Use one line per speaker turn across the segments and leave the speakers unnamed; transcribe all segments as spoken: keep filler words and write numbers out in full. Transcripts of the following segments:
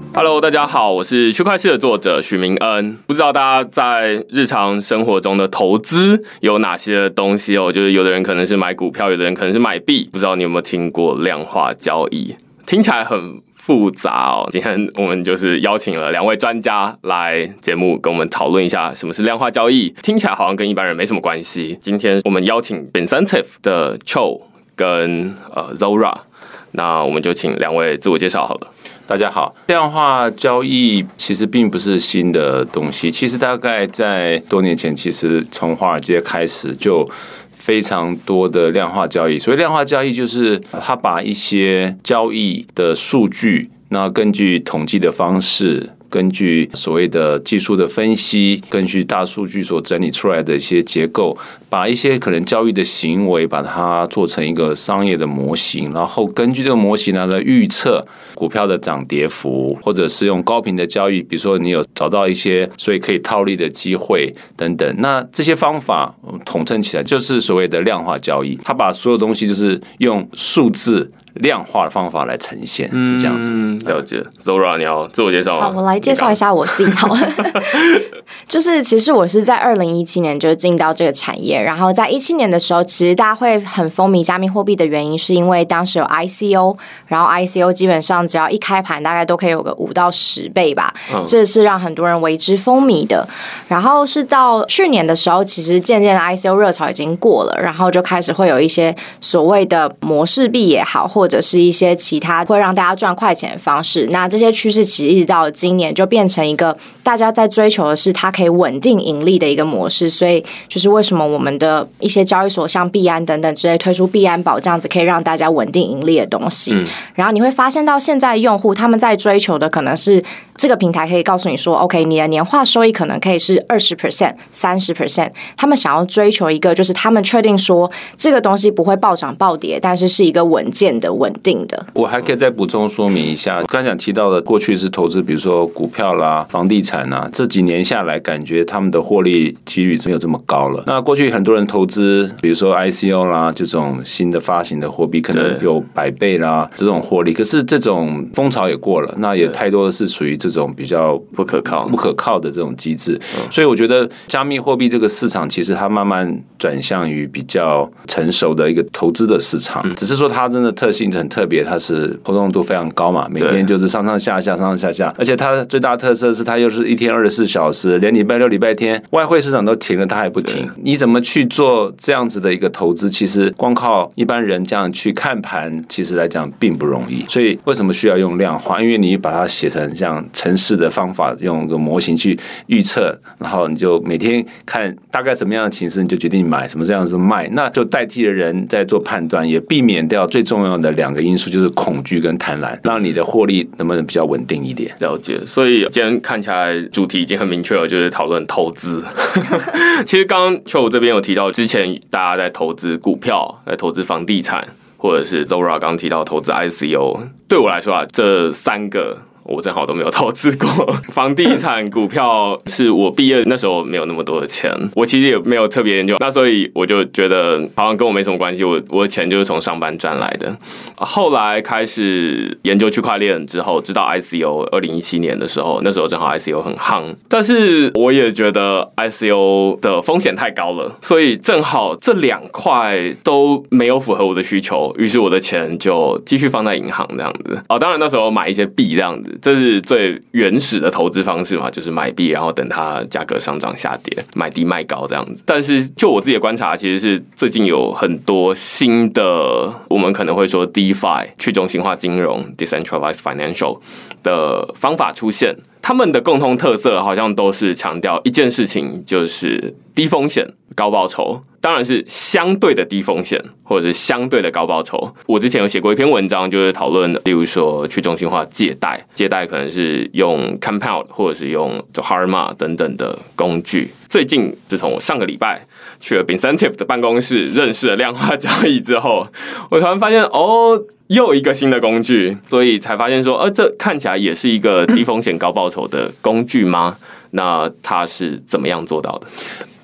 Hello， 大家好，我是区块链的作者许明恩。不知道大家在日常生活中的投资有哪些东西哦？就是有的人可能是买股票，有的人可能是买币。不知道你有没有听过量化交易？听起来很复杂哦。今天我们就是邀请了两位专家来节目跟我们讨论一下什么是量化交易。听起来好像跟一般人没什么关系。今天我们邀请 Bincentive 的 Cho 跟呃 Zora， 那我们就请两位自我介绍好了。
大家好，量化交易其实并不是新的东西，其实大概在多年前，其实从华尔街开始就非常多的量化交易。所谓量化交易，就是他把一些交易的数据，那根据统计的方式，根据所谓的技术的分析，根据大数据所整理出来的一些结构，把一些可能交易的行为，把它做成一个商业的模型，然后根据这个模型呢来预测股票的涨跌幅，或者是用高频的交易，比如说你有找到一些所以可以套利的机会等等。那这些方法统称起来就是所谓的量化交易，它把所有东西就是用数字量化的方法来呈现，是这样子。
嗯，了解。Zora， 你要自我介绍吗？
好，我来介绍一下我自己好了。就是其实我是在二零一七年就进到这个产业，然后在一七年的时候，其实大家会很风靡加密货币的原因，是因为当时有 I C O， 然后 I C O 基本上只要一开盘，大概都可以有个五到十倍吧，嗯、这是让很多人为之风靡的。然后是到去年的时候，其实渐渐的 I C O 热潮已经过了，然后就开始会有一些所谓的模式币也好，或者是一些其他会让大家赚快钱的方式。那这些趋势其实一直到今年就变成一个大家在追求的是它可以稳定盈利的一个模式。所以就是为什么我们的一些交易所像币安等等之类推出币安宝这样子可以让大家稳定盈利的东西。嗯、然后你会发现到现在用户他们在追求的可能是这个平台可以告诉你说 OK 你的年化收益可能可以是 百分之二十 百分之三十， 他们想要追求一个就是他们确定说这个东西不会暴涨暴跌，但是是一个稳健的稳定的。
我还可以再补充说明一下，刚才讲提到的过去是投资比如说股票啦房地产啊，这几年下来感觉他们的获利几率没有这么高了。那过去很多人投资比如说 I C O 啦这种新的发行的货币可能有百倍啦这种获利，可是这种风潮也过了，那也太多的是属于这种比较
不可靠
不可靠的这种机制。所以我觉得加密货币这个市场其实它慢慢转向于比较成熟的一个投资的市场，只是说它真的特性很特别，它是波动度非常高嘛，每天就是上上下下上上下下，而且它最大的特色是它又是一天二十四小时，连礼拜六礼拜天外汇市场都停了它还不停。你怎么去做这样子的一个投资，其实光靠一般人这样去看盘其实来讲并不容易。所以为什么需要用量化，因为你把它写成像程式的方法，用个模型去预测，然后你就每天看大概什么样的情势，你就决定买什么这样子卖，那就代替了人在做判断，也避免掉最重要的两个因素，就是恐惧跟贪婪，让你的获利能不能比较稳定一点。
了解。所以今天看起来主题已经很明确了，就是讨论投资。其实刚刚Cho这边有提到，之前大家在投资股票，在投资房地产，或者是 Zora 刚刚提到投资 I C O， 对我来说啊，这三个我正好都没有投资过。房地产、股票是我毕业那时候没有那么多的钱，我其实也没有特别研究，那所以我就觉得好像跟我没什么关系。我我的钱就是从上班赚来的。后来开始研究区块链之后，知道 I C O， 二零一七年的时候，那时候正好 I C O 很夯，但是我也觉得 I C O 的风险太高了，所以正好这两块都没有符合我的需求，于是我的钱就继续放在银行这样子。哦，当然那时候买一些币这样子。这是最原始的投资方式嘛，就是买币，然后等它价格上涨下跌，买低卖高这样子。但是就我自己的观察，其实是最近有很多新的，我们可能会说 DeFi 去中心化金融 Decentralized Financial 的方法出现。他们的共同特色好像都是强调一件事情，就是低风险高报酬，当然是相对的低风险或者是相对的高报酬。我之前有写过一篇文章，就是讨论例如说去中心化借贷，借贷可能是用 Compound 或者是用 Harma 等等的工具。最近自从我上个礼拜去了 Bincentive 的办公室，认识了量化交易之后，我突然发现哦，又一个新的工具，所以才发现说，呃，这看起来也是一个低风险高报酬的工具吗？那它是怎么样做到的？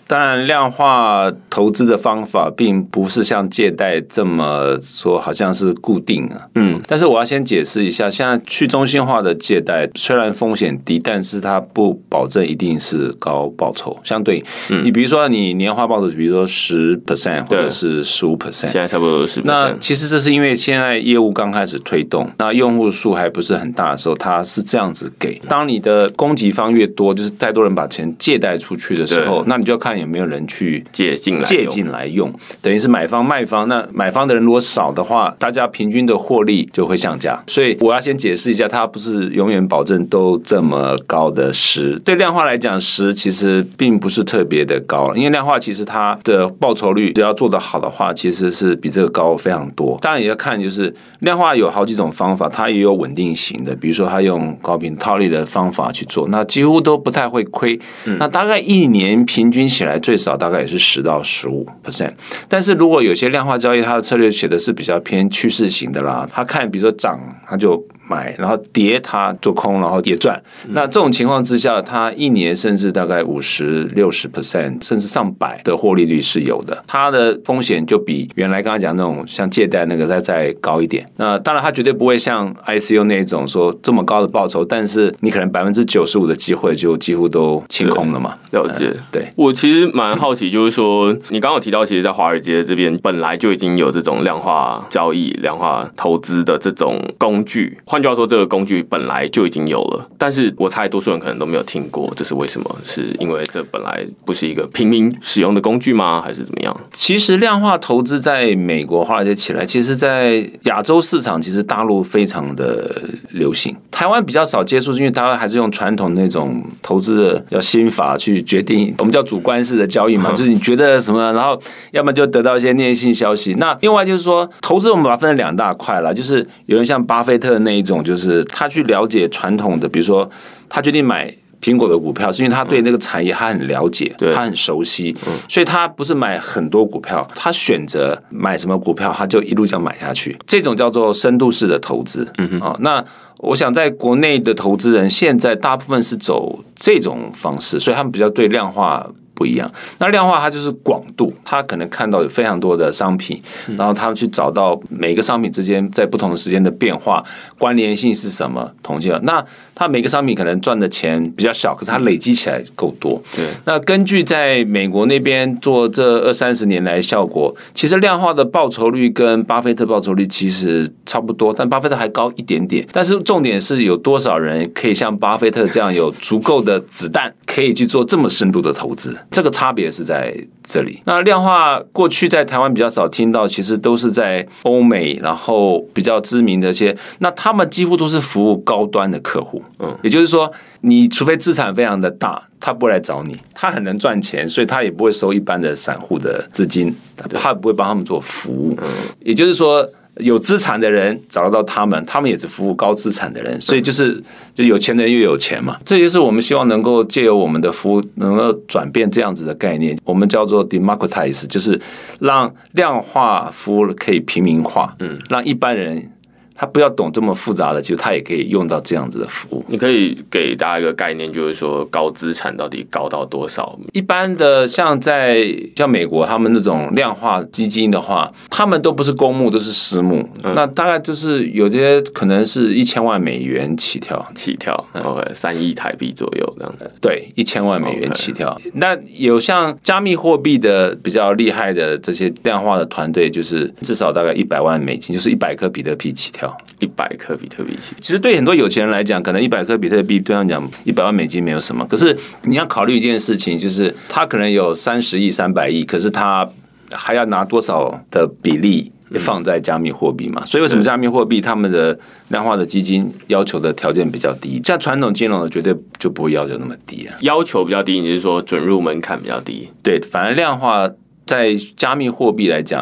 当然，量化投资的方法并不是像借贷这么说，好像是固定啊。嗯，但是我要先解释一下，现在去中心化的借贷虽然风险低，但是它不保证一定是高报酬。相对，嗯、你比如说你年化报酬，比如说十 percent 或者是十五 percent，
现在差不多十 percent。
那其实这是因为现在业务刚开始推动，那用户数还不是很大的时候，它是这样子给。当你的供给方越多，就是太多人把钱借贷出去的时候，那你就要看有没有人去
借进来
借进来用，等于是买方卖方。那买方的人如果少的话，大家平均的获利就会降价。所以我要先解释一下，它不是永远保证都这么高的十。对量化来讲，十其实并不是特别的高，因为量化其实它的报酬率只要做得好的话，其实是比这个高非常多。当然也要看，就是量化有好几种方法，它也有稳定型的，比如说它用高频套利的方法去做，那几乎都不太会亏。嗯、那大概一年平均起来最少大概也是十到十五 percent。但是如果有些量化交易，它的策略写的是比较偏趋势型的啦，它看比如说涨，它就买，然后跌它做空，然后也赚。那这种情况之下，它一年甚至大概五十、六十 percent， 甚至上百的获利率是有的。它的风险就比原来刚才讲那种像借贷那个再再高一点。那当然，它绝对不会像 I C O 那种说这么高的报酬，但是你可能百分之九十五的机会就几乎都清空了嘛。
了解、嗯。对，我其实蛮好奇，就是说你刚刚有提到，其实，在华尔街这边本来就已经有这种量化交易、量化投资的这种工具。换句话说，这个工具本来就已经有了，但是我猜多数人可能都没有听过，这是为什么？是因为这本来不是一个平民使用的工具吗？还是怎么样？
其实量化投资在美国华尔街起来，其实在亚洲市场，其实大陆非常的流行，台湾比较少接触，因为台湾还是用传统那种投资的叫心法去决定，我们叫主观式的交易嘛，就是你觉得什么，然后要么就得到一些内性消息。那另外就是说，投资我们把它分成两大块啦，就是有人像巴菲特那一种，就是他去了解传统的，比如说他决定买苹果的股票，是因为他对那个产业他很了解，他很熟悉，所以他不是买很多股票，他选择买什么股票，他就一路这样买下去。这种叫做深度式的投资。嗯哦，那我想在国内的投资人现在大部分是走这种方式，所以他们比较对量化不一样。那量化它就是广度，它可能看到有非常多的商品，然后他们去找到每个商品之间在不同的时间的变化，关联性是什么，统计了。那它每个商品可能赚的钱比较小，可是它累积起来够多。对。那根据在美国那边做这二三十年来效果，其实量化的报酬率跟巴菲特报酬率其实差不多，但巴菲特还高一点点。但是重点是有多少人可以像巴菲特这样有足够的子弹，可以去做这么深度的投资。这个差别是在这里。那量化过去在台湾比较少听到，其实都是在欧美，然后比较知名的一些，那他们几乎都是服务高端的客户。嗯，也就是说，你除非资产非常的大，他不会来找你，他很能赚钱，所以他也不会收一般的散户的资金，他不会帮他们做服务。嗯，也就是说，有资产的人找得到他们，他们也只服务高资产的人，所以就是就有钱的人越有钱嘛。这就是我们希望能够借由我们的服务，能够转变这样子的概念，我们叫做 democratize， 就是让量化服务可以平民化，嗯，让一般人他不要懂这么复杂的，其实他也可以用到这样子的服务。
你可以给大家一个概念，就是说高资产到底高到多少？
一般的像在像美国他们那种量化基金的话，他们都不是公募，都是私募，嗯、那大概就是有些可能是一千万美元起跳，
起跳 ，OK， 三亿台币左右这样。
对，一千万美元起跳。Okay. 那有像加密货币的比较厉害的这些量化的团队，就是至少大概一百万美金，就是一百颗比特币起跳。
一百颗比特币，
其实对很多有钱人来讲，可能一百颗比特币对他们讲一百万美金没有什么。可是你要考虑一件事情，就是他可能有三十亿、三百亿，可是他还要拿多少的比例放在加密货币嘛？所以为什么加密货币他们的量化的基金要求的条件比较低？像传统金融的绝对就不会要求那么低啊。
要求比较低，你是说准入门槛比较低？
对，反而量化在加密货币来讲，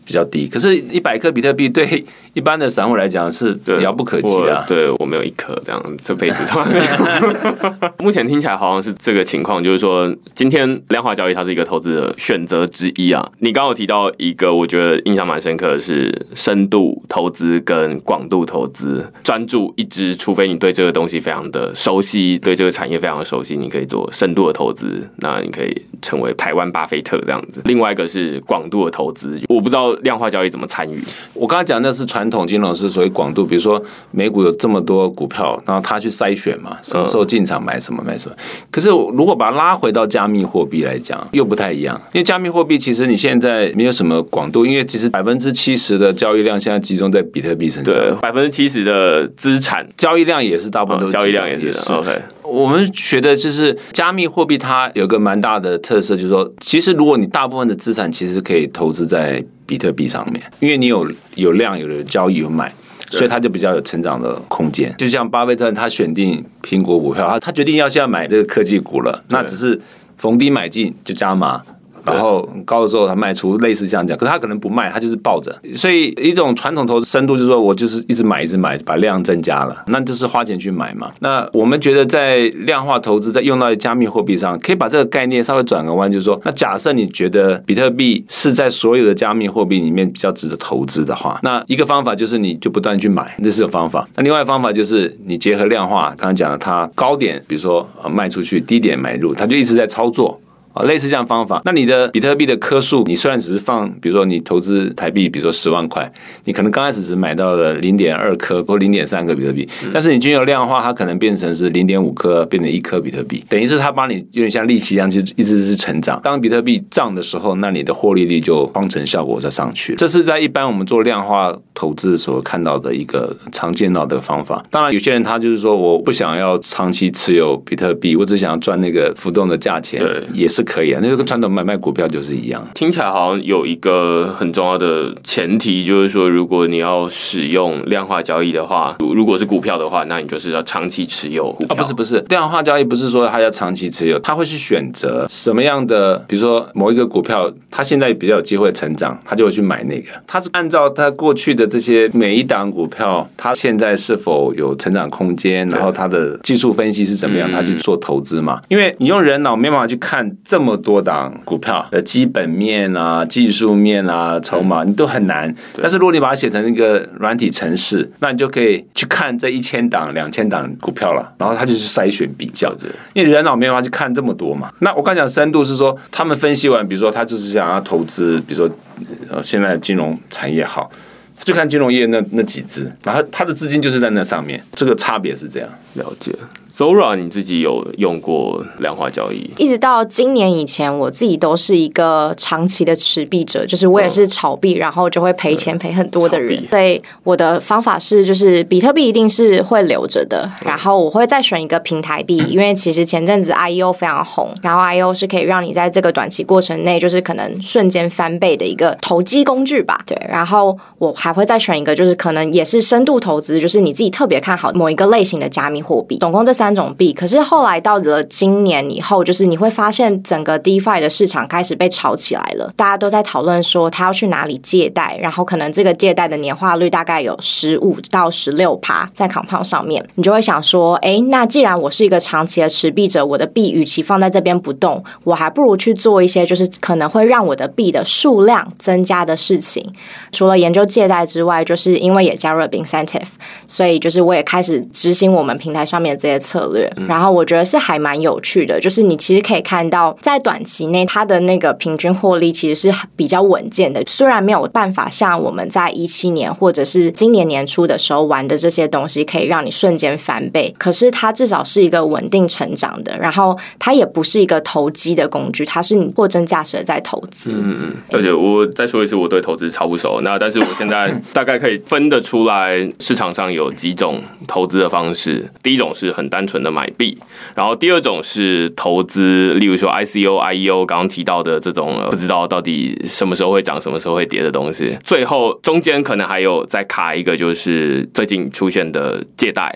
比较低。可是，一百颗比特币对一般的散户来讲是遥不可及的、啊。
对，我没有一颗这样，这辈子从来没有。目前听起来好像是这个情况，就是说，今天量化交易它是一个投资的选择之一啊。你刚刚有提到一个，我觉得印象蛮深刻的是深度投资跟广度投资，专注一支，除非你对这个东西非常的熟悉，对这个产业非常的熟悉，你可以做深度的投资，那你可以成为台湾巴菲特这样子。另外一个是广度的投资，我不知道量化交易怎么参与。
我刚才讲的是传统金融是所谓广度，比如说美股有这么多股票，然后他去筛选嘛，什么时候进场买什么买什么。可是如果把它拉回到加密货币来讲，又不太一样，因为加密货币其实你现在没有什么广度，因为其实百分之七十的交易量现在集中在比特币身上，
对，百分之七十的资产
交易量也是大部分都是、
哦、交易量也是, 也是 OK。
我们觉得就是加密货币它有个蛮大的特色，就是说，其实如果你大部分的资产其实可以投资在比特币上面，因为你有有量、有的交易、有买，所以它就比较有成长的空间。就像巴菲特他选定苹果股票，他他决定要现在买这个科技股了，那只是逢低买进就加码。然后高的时候他卖出，类似这样讲，可是他可能不卖，他就是抱着。所以一种传统投资深度就是说我就是一直买一直买，把量增加了，那就是花钱去买嘛。那我们觉得在量化投资在用到加密货币上，可以把这个概念稍微转个弯，就是说，那假设你觉得比特币是在所有的加密货币里面比较值得投资的话，那一个方法就是你就不断去买，这是有方法。那另外一个方法就是你结合量化，刚刚讲的它高点，比如说卖出去，低点买入，它就一直在操作。类似这样的方法，那你的比特币的颗数，你虽然只是放，比如说你投资台币，比如说十万块，你可能刚开始只买到了零点二颗或零点三颗比特币，但是你经由量的话，它可能变成是零点五颗，变成一颗比特币，等于是它帮你有点像利息一样，就一直是成长。当比特币涨的时候，那你的获利率就方程效果再上去。这是在一般我们做量化投资所看到的一个常见到的方法。当然，有些人他就是说，我不想要长期持有比特币，我只想要赚那个浮动的价钱，也是可以啊，那就跟传统买卖股票就是一样。
听起来好像有一个很重要的前提，就是说，如果你要使用量化交易的话，如果是股票的话，那你就是要长期持有股票。
啊，不是不是，量化交易不是说它要长期持有，它会去选择什么样的，比如说某一个股票，它现在比较有机会成长，它就会去买那个。它是按照它过去的这些每一档股票，它现在是否有成长空间，然后它的技术分析是怎么样，它去做投资嘛。因为你用人脑没办法去看这么多档股票的基本面啊、技术面啊、筹码，你都很难。但是如果你把它写成一个软体程式，那你就可以去看这一千档、两千档股票了，然后它就去筛选比较。因为人脑没办法去看这么多嘛。那我刚讲深度是说，他们分析完，比如说他就是想要投资，比如说呃现在的金融产业好，就看金融业那那几只，然后他的资金就是在那上面，这个差别是这样。
了解。Zora 你自己有用过量化交易？
一直到今年以前，我自己都是一个长期的持币者，就是我也是炒币，然后就会赔钱赔很多的人。所以我的方法是，就是比特币一定是会留着的，然后我会再选一个平台币，因为其实前阵子 I E O 非常红，然后 I E O 是可以让你在这个短期过程内，就是可能瞬间翻倍的一个投机工具吧。对，然后我还会再选一个，就是可能也是深度投资，就是你自己特别看好某一个类型的加密货币。总共这三三种币，可是后来到了今年以后，就是你会发现整个 DeFi 的市场开始被炒起来了，大家都在讨论说他要去哪里借贷，然后可能这个借贷的年化率大概有十五到十六趴在 Compound 上面，你就会想说，哎，那既然我是一个长期的持币者，我的币与其放在这边不动，我还不如去做一些就是可能会让我的币的数量增加的事情。除了研究借贷之外，就是因为也加入了 Incentive， 所以就是我也开始执行我们平台上面的这些策略，然后我觉得是还蛮有趣的，就是你其实可以看到在短期内它的那个平均获利其实是比较稳健的，虽然没有办法像我们在一七年或者是今年年初的时候玩的这些东西可以让你瞬间翻倍，可是它至少是一个稳定成长的，然后它也不是一个投机的工具，它是你货真价实的在投资。
嗯嗯，而且我再说一次，我对投资超不熟，那但是我现在大概可以分得出来市场上有几种投资的方式，第一种是很单纯的买币，然后第二种是投资，例如说 I C O、I E O 刚刚提到的这种不知道到底什么时候会涨、什么时候会跌的东西，最后中间可能还有再卡一个就是最近出现的借贷。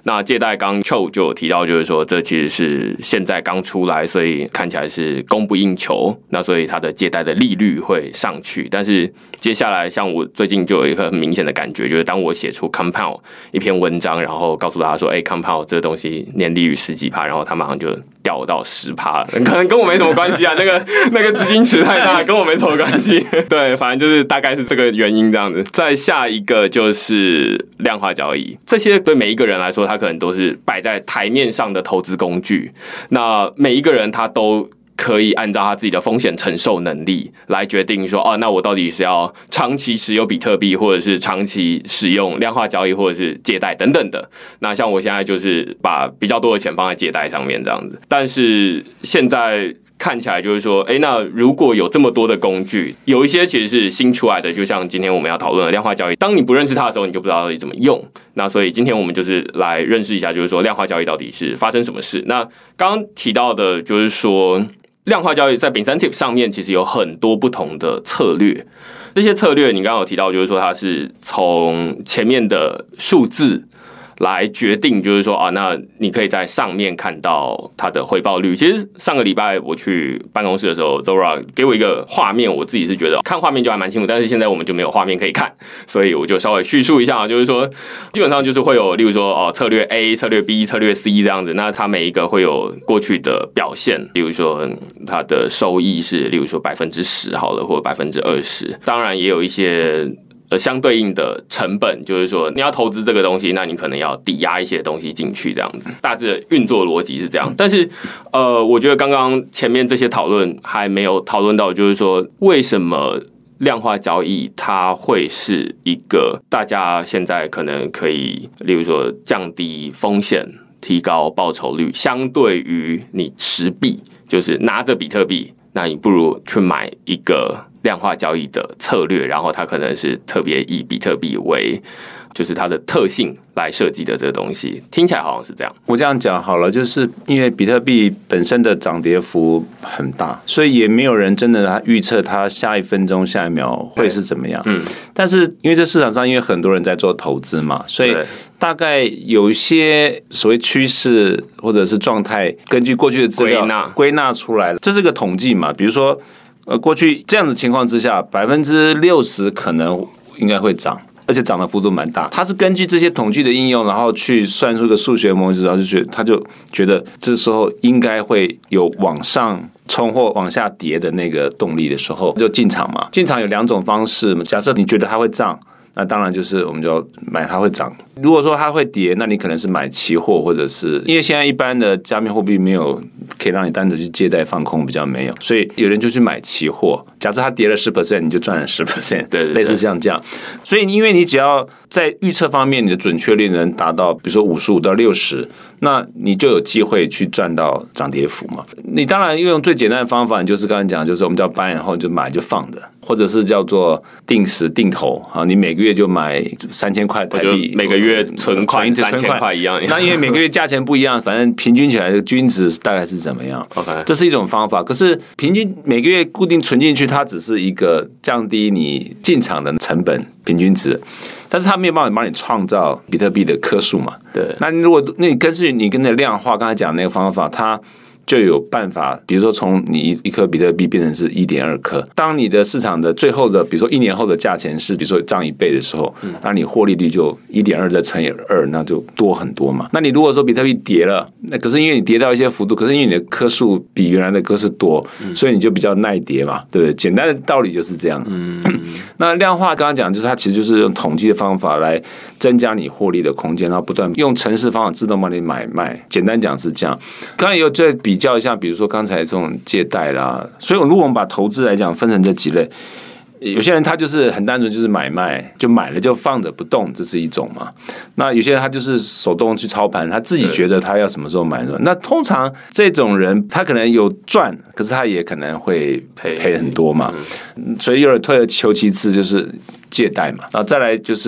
那借贷刚 Cho 就有提到，就是说这其实是现在刚出来，所以看起来是供不应求，那所以它的借贷的利率会上去。但是接下来，像我最近就有一个很明显的感觉，就是当我写出 Compound 一篇文章，然后告诉大家说，哎、欸、，Compound 这个东西年利率十几趴，然后他马上就掉到十趴，可能跟我没什么关系啊，那个那个资金池太大，跟我没什么关系。对，反正就是大概是这个原因这样子。再下一个就是量化交易，这些对每一个人来说，他可能都是摆在台面上的投资工具。那每一个人他都可以按照他自己的风险承受能力来决定说，哦，那我到底是要长期持有比特币，或者是长期使用量化交易，或者是借贷等等的。那像我现在就是把比较多的钱放在借贷上面这样子。但是现在看起来就是说，哎，那如果有这么多的工具，有一些其实是新出来的，就像今天我们要讨论的量化交易，当你不认识它的时候，你就不知道到底怎么用。那所以今天我们就是来认识一下，就是说量化交易到底是发生什么事。那刚刚提到的就是说，量化交易在 Bincentive 上面其实有很多不同的策略，这些策略你刚刚有提到，就是说它是从前面的数字来决定，就是说啊，那你可以在上面看到它的回报率。其实上个礼拜我去办公室的时候 ，Zora 给我一个画面，我自己是觉得看画面就还蛮清楚，但是现在我们就没有画面可以看，所以我就稍微叙述一下，就是说基本上就是会有，例如说哦，策略 A、策略 B、策略 C 这样子，那它每一个会有过去的表现，例如说它的收益是，例如说百分之十好了，或者百分之二十，当然也有一些。呃，相对应的成本就是说，你要投资这个东西，那你可能要抵押一些东西进去，这样子。大致的运作逻辑是这样。但是，呃，我觉得刚刚前面这些讨论还没有讨论到，就是说为什么量化交易它会是一个大家现在可能可以，例如说降低风险、提高报酬率，相对于你持币，就是拿着比特币，那你不如去买一个量化交易的策略，然后它可能是特别以比特币为就是它的特性来设计的这个东西，听起来好像是这样。
我这样讲好了，就是因为比特币本身的涨跌幅很大，所以也没有人真的预测它下一分钟、下一秒会是怎么样。嗯，但是因为这市场上因为很多人在做投资嘛，所以大概有一些所谓趋势或者是状态，根据过去的资料归纳归纳出来了，这是个统计嘛，比如说。呃，过去这样的情况之下，百分之六十可能应该会涨，而且涨的幅度蛮大。它是根据这些统计的应用，然后去算出一个数学模式，然后就觉得他就觉得这时候应该会有往上冲或往下跌的那个动力的时候，就进场嘛。进场有两种方式，假设你觉得它会涨，那当然就是我们就要买它会涨。如果说它会跌，那你可能是买期货，或者是因为现在一般的加密货币没有可以让你单独去借贷放空，比较没有，所以有人就去买期货。假设它跌了 百分之十， 你就赚了 百分之十，
对对对，
类似像这样。所以因为你只要在预测方面你的准确率能达到比如说五十五到六十，那你就有机会去赚到涨跌幅嘛。你当然用最简单的方法，就是刚才讲，就是我们叫 buy and hold， 就买就放的，或者是叫做定时定投，你每个月就买三千块台币，
每个月存款三千块一样。
那因为每个月价钱不一样，反正平均起来的均值大概是怎么样？
OK，
这是一种方法。可是平均每个月固定存进去，它只是一个降低你进场的成本平均值，但是它没有办法帮你创造比特币的颗数嘛？
对。
那如果那你根据你跟那量化刚才讲那个方法，它就有办法，比如说从你一颗比特币变成是 一点二 颗，当你的市场的最后的比如说一年后的价钱是比如说涨一倍的时候，那你获利率就 一点二 再乘以二，那就多很多嘛。那你如果说比特币跌了，那可是因为你跌到一些幅度，可是因为你的颗数比原来的颗数多，所以你就比较耐跌嘛，对不对？简单的道理就是这样。嗯，那量化刚刚讲就是它其实就是用统计的方法来增加你获利的空间，然后不断用程式方法自动帮你买卖。简单讲是这样。刚才有这比较一下，比如说刚才这种借贷啦，所以如果我们把投资来讲分成这几类，有些人他就是很单纯就是买卖，就买了就放着不动，这是一种嘛。那有些人他就是手动去操盘，他自己觉得他要什么时候买。那通常这种人他可能有赚，可是他也可能会赔很多嘛。所以有点退而求其次，就是借贷嘛。然后再来就是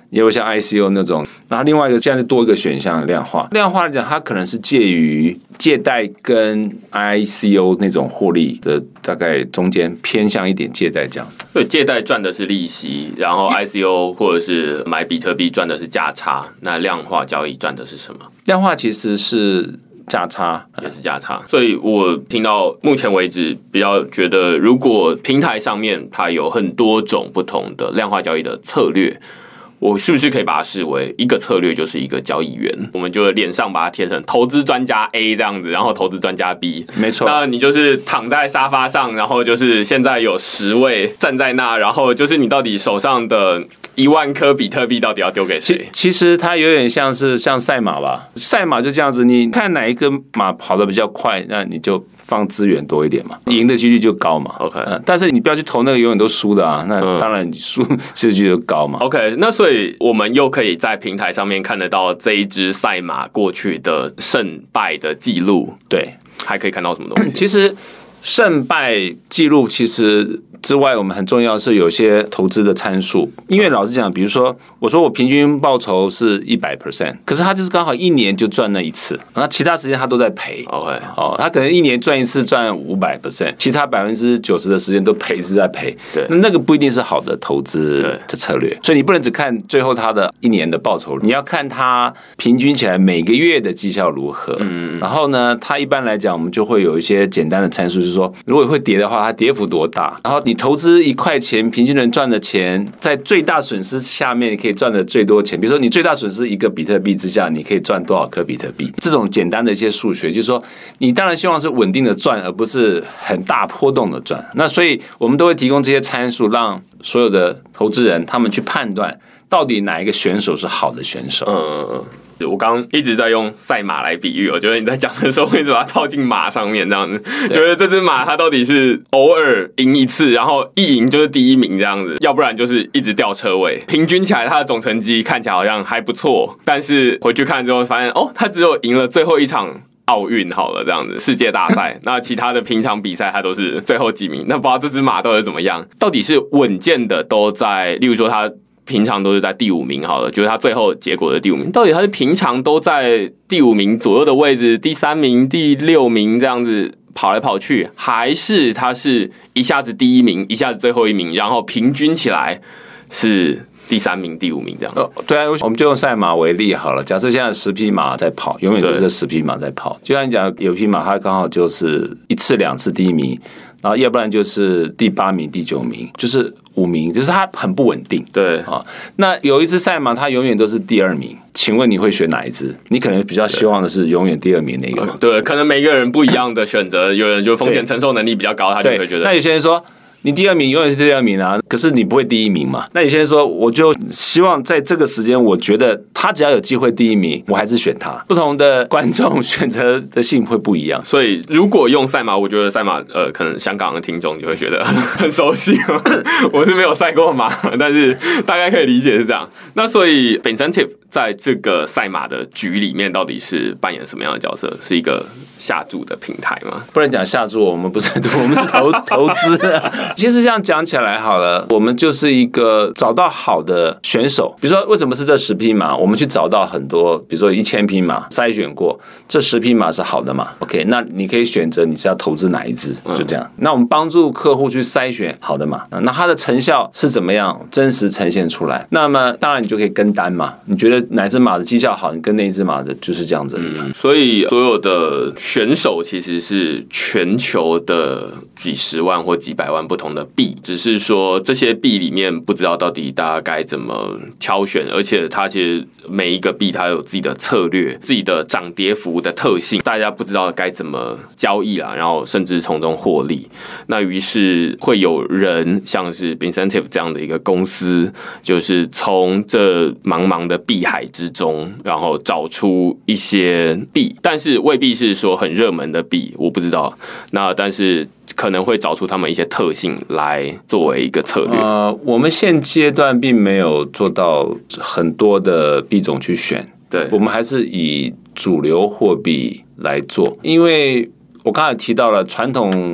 也有像 I C O 那种。然后另外一个现在多一个选项量化，量化来讲，它可能是介于借贷跟 I C O 那种获利的大概中间，偏向一点借贷这样子。
对，借贷赚的是利息，然后 I C O 或者是买比特币赚的是价差，那量化交易赚的是什么？
量化其实是价差，
也是价差。所以我听到目前为止，比较觉得，如果平台上面它有很多种不同的量化交易的策略，我是不是可以把它视为一个策略就是一个交易员？我们就脸上把它贴成投资专家 A 这样子，然后投资专家 B，
没错。
那你就是躺在沙发上，然后就是现在有十位站在那，然后就是你到底手上的一万颗比特币到底要丢给谁？
其实它有点像是像赛马吧，赛马就这样子，你看哪一个马跑得比较快，那你就放资源多一点嘛，赢的几率就高嘛。
OK，
嗯、但是你不要去投那个永远都输的啊，那当然你输几率就高嘛。
OK， 那所以我们又可以在平台上面看得到这一只赛马过去的胜败的记录，
对，
还可以看到什么东西？
其实胜败记录其实之外，我们很重要的是有些投资的参数。因为老实讲，比如说我说我平均报酬是一百 percent， 可是他就是刚好一年就赚那一次，那其他时间他都在赔。
OK，
哦，他可能一年赚一次赚五百 percent， 其他百分之九十的时间都赔是在赔。
对，
那那个不一定是好的投资的策略。所以你不能只看最后他的一年的报酬，你要看他平均起来每个月的绩效如何。嗯，然后呢，他一般来讲我们就会有一些简单的参数，就是说如果会跌的话，它跌幅多大，然后你投资一块钱，平均能赚的钱，在最大损失下面，你可以赚的最多钱。比如说，你最大损失一个比特币之下，你可以赚多少颗比特币？这种简单的一些数学，就是说，你当然希望是稳定的赚，而不是很大波动的赚。那所以，我们都会提供这些参数，让所有的投资人他们去判断，到底哪一个选手是好的选手。
嗯嗯嗯。我刚刚一直在用赛马来比喻，我觉得你在讲的时候会一直把它套进马上面，这样子，觉得这只马它到底是偶尔赢一次，然后一赢就是第一名这样子，要不然就是一直掉车尾。平均起来它的总成绩看起来好像还不错，但是回去看之后发现，哦，它只有赢了最后一场奥运好了，这样子世界大赛，那其他的平常比赛它都是最后几名，那不知道这只马到底怎么样，到底是稳健的都在，例如说它平常都是在第五名好了，就是他最后结果的第五名。到底他是平常都在第五名左右的位置，第三名、第六名这样子跑来跑去，还是他是一下子第一名，一下子最后一名，然后平均起来是第三名、第五名这样？
哦，对啊，我们就用赛马为例好了。假设现在十匹马在跑，永远就是这十匹马在跑。就像你讲，有匹马它刚好就是一次两次第一名，然后要不然就是第八名、第九名，就是五名，就是它很不稳定。
对
啊，那有一只赛马，它永远都是第二名。请问你会选哪一只？你可能比较希望的是永远第二名那个。
对，可能每个人不一样的选择，有人就风险承受能力比较高，他就会觉得。
那有些人说，你第二名永远是第二名啊，可是你不会第一名嘛？那有些人说，我就希望在这个时间，我觉得他只要有机会第一名，我还是选他。不同的观众选择的性会不一样，
所以如果用赛马，我觉得赛马，呃，可能香港的听众就会觉得很熟悉。我是没有赛过马，但是大概可以理解是这样。那所以 Bincentive 在这个赛马的局里面，到底是扮演什么样的角色？是一个下注的平台吗？
不能讲下注，我们不是，我们是投投资啊。其实这样讲起来好了，我们就是一个找到好的选手。比如说，为什么是这十匹马？我们去找到很多，比如说一千匹马，筛选过，这十匹马是好的马。OK， 那你可以选择你是要投资哪一只，就这样。嗯、那我们帮助客户去筛选好的马，那它的成效是怎么样，真实呈现出来。那么当然你就可以跟单嘛。你觉得哪只马的绩效好，你跟那一只马的就是这样子。
嗯、所以所有的选手其实是全球的几十万或几百万不同的币，只是说这些币里面不知道到底大家该怎么挑选，而且它其实每一个币它有自己的策略、自己的涨跌幅的特性，大家不知道该怎么交易啦，然后甚至从中获利。那于是会有人像是 Bincentive 这样的一个公司，就是从这茫茫的币海之中，然后找出一些币，但是未必是说很热门的币，我不知道。那但是可能会找出他们一些特性来作为一个策略。
呃，我们现阶段并没有做到很多的币种去选，
对，
我们还是以主流货币来做，因为我刚才提到了传统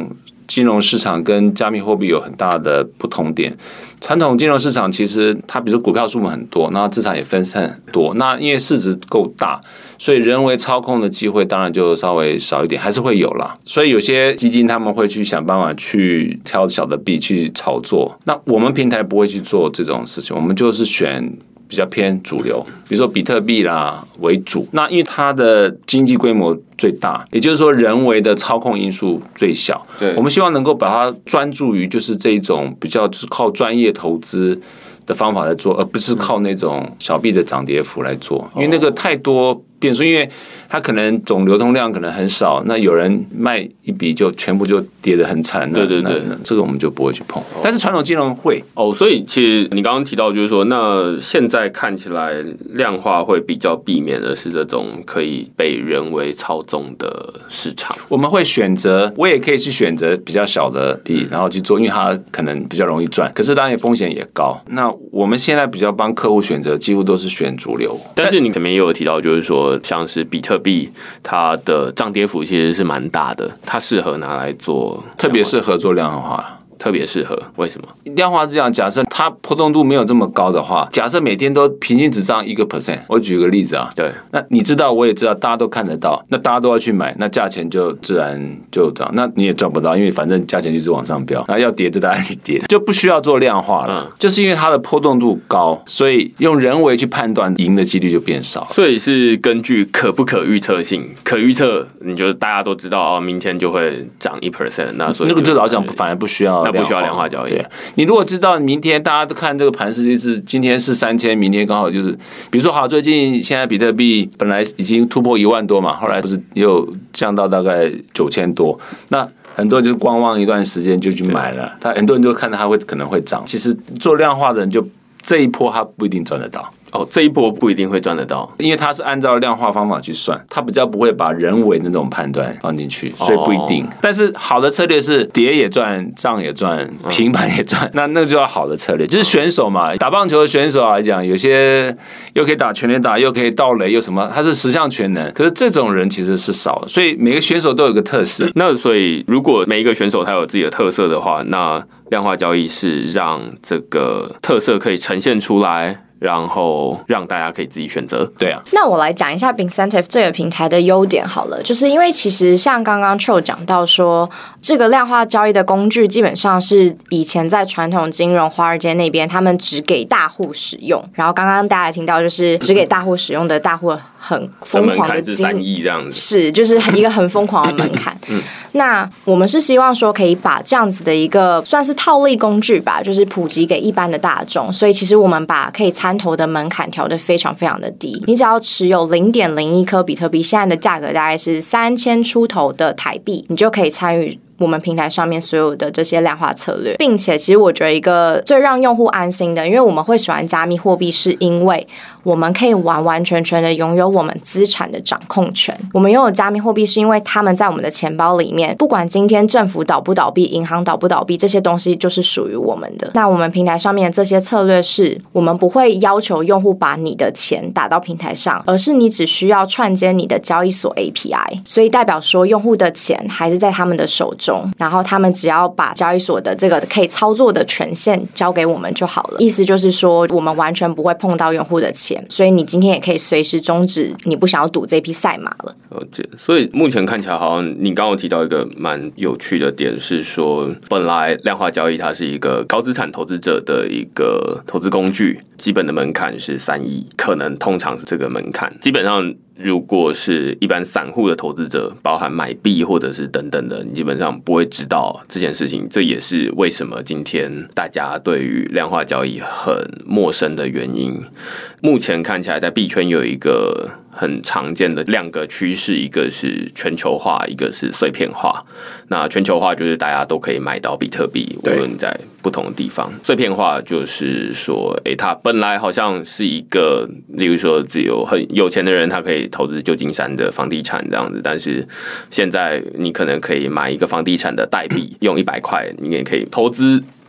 金融市场跟加密货币有很大的不同点。传统金融市场其实它比如说股票数目很多，那资产也分散很多，那因为市值够大，所以人为操控的机会当然就稍微少一点，还是会有啦。所以有些基金他们会去想办法去挑小的币去炒作，那我们平台不会去做这种事情，我们就是选比较偏主流，比如说比特币啦为主。那因为它的经济规模最大，也就是说人为的操控因素最小。
对，
我们希望能够把它专注于就是这种比较就是靠专业投资的方法来做，而不是靠那种小币的涨跌幅来做，因为那个太多变数，因为它可能总流通量可能很少，那有人卖一笔就全部就跌得很惨，
对对对，
这个我们就不会去碰。但是传统金融会
哦，所以其实你刚刚提到就是说，那现在看起来量化会比较避免的是这种可以被人为操纵的市场。
我们会选择，我也可以去选择比较小的币，然后去做，因为它可能比较容易赚，可是当然风险也高。那我们现在比较帮客户选择，几乎都是选主流。
但是你前面也有提到，就是说像是比特币，它的涨跌幅其实是蛮大的，它适合拿来做，
特别适合做量化。
特别适合，为什么？
量化是这样，假设它波动度没有这么高的话，假设每天都平均只涨一个 percent， 我举个例子啊，
对，
那你知道，我也知道，大家都看得到，那大家都要去买，那价钱就自然就涨，那你也赚不到，因为反正价钱一直往上飙，然后要跌就大家一起跌，就不需要做量化了，嗯、就是因为它的波动度高，所以用人为去判断赢的几率就变少，
所以是根据可不可预测性，可预测，你就大家都知道哦，明天就会涨一 percent， 那所以
那个就老讲反而不需要。
那不需要量化交易。
对，你如果知道明天大家都看这个盘势，就是今天是三千，明天刚好就是，比如说好，最近现在比特币本来已经突破一万多嘛，后来不是又降到大概九千多，那很多人就观望一段时间就去买了，他很多人就看到它会可能会涨，其实做量化的人就这一波他不一定赚得到。
哦，这一波不一定会赚得到，
因为它是按照量化方法去算，它比较不会把人为的那种判断放进去，所以不一定。哦、但是好的策略是跌也赚，涨也赚，平盘也赚，嗯、那那就要好的策略。就是选手嘛，打棒球的选手来讲，有些又可以打全垒打，又可以盗垒，又什么，他是十项全能。可是这种人其实是少的，所以每个选手都有一个特色。
那所以如果每一个选手他有自己的特色的话，那量化交易是让这个特色可以呈现出来。然后让大家可以自己选择，对啊。
那我来讲一下 Bincentive 这个平台的优点好了，就是因为其实像刚刚 Cho 讲到说，这个量化交易的工具基本上是以前在传统金融华尔街那边，他们只给大户使用。然后刚刚大家听到就是只给大户使用的大户很疯狂的金，
三亿这样子，
是就是一个很疯狂的门槛。嗯，那我们是希望说可以把这样子的一个算是套利工具吧，就是普及给一般的大众。所以其实我们把可以参投的门槛调得非常非常的低，你只要持有零点零一颗比特币，现在的价格大概是三千出头的台币，你就可以参与我们平台上面所有的这些量化策略。并且其实我觉得一个最让用户安心的，因为我们会喜欢加密货币，是因为我们可以完完全全的拥有我们资产的掌控权。我们拥有加密货币是因为他们在我们的钱包里面，不管今天政府倒不倒闭，银行倒不倒闭，这些东西就是属于我们的。那我们平台上面的这些策略是，我们不会要求用户把你的钱打到平台上，而是你只需要串接你的交易所 A P I， 所以代表说用户的钱还是在他们的手中，然后他们只要把交易所的这个可以操作的权限交给我们就好了。意思就是说，我们完全不会碰到用户的钱，所以你今天也可以随时终止你不想要赌这匹赛马了。
所以目前看起来好像你刚刚有提到一个蛮有趣的点，是说本来量化交易它是一个高资产投资者的一个投资工具，基本的门槛是三亿，可能通常是这个门槛。基本上如果是一般散户的投资者，包含买币或者是等等的，你基本上不会知道这件事情。这也是为什么今天大家对于量化交易很陌生的原因。目前看起来在币圈有一个很常见的两个趋势，一个是全球化，一个是碎片化。那全球化就是大家都可以买到比特币，无论在不同的地方。碎片化就是说，诶，它本来好像是一个，例如说只有很有钱的人，他可以投资旧金山的房地产这样子，但是现在你可能可以买一个房地产的代币，用一百块，你也可以投资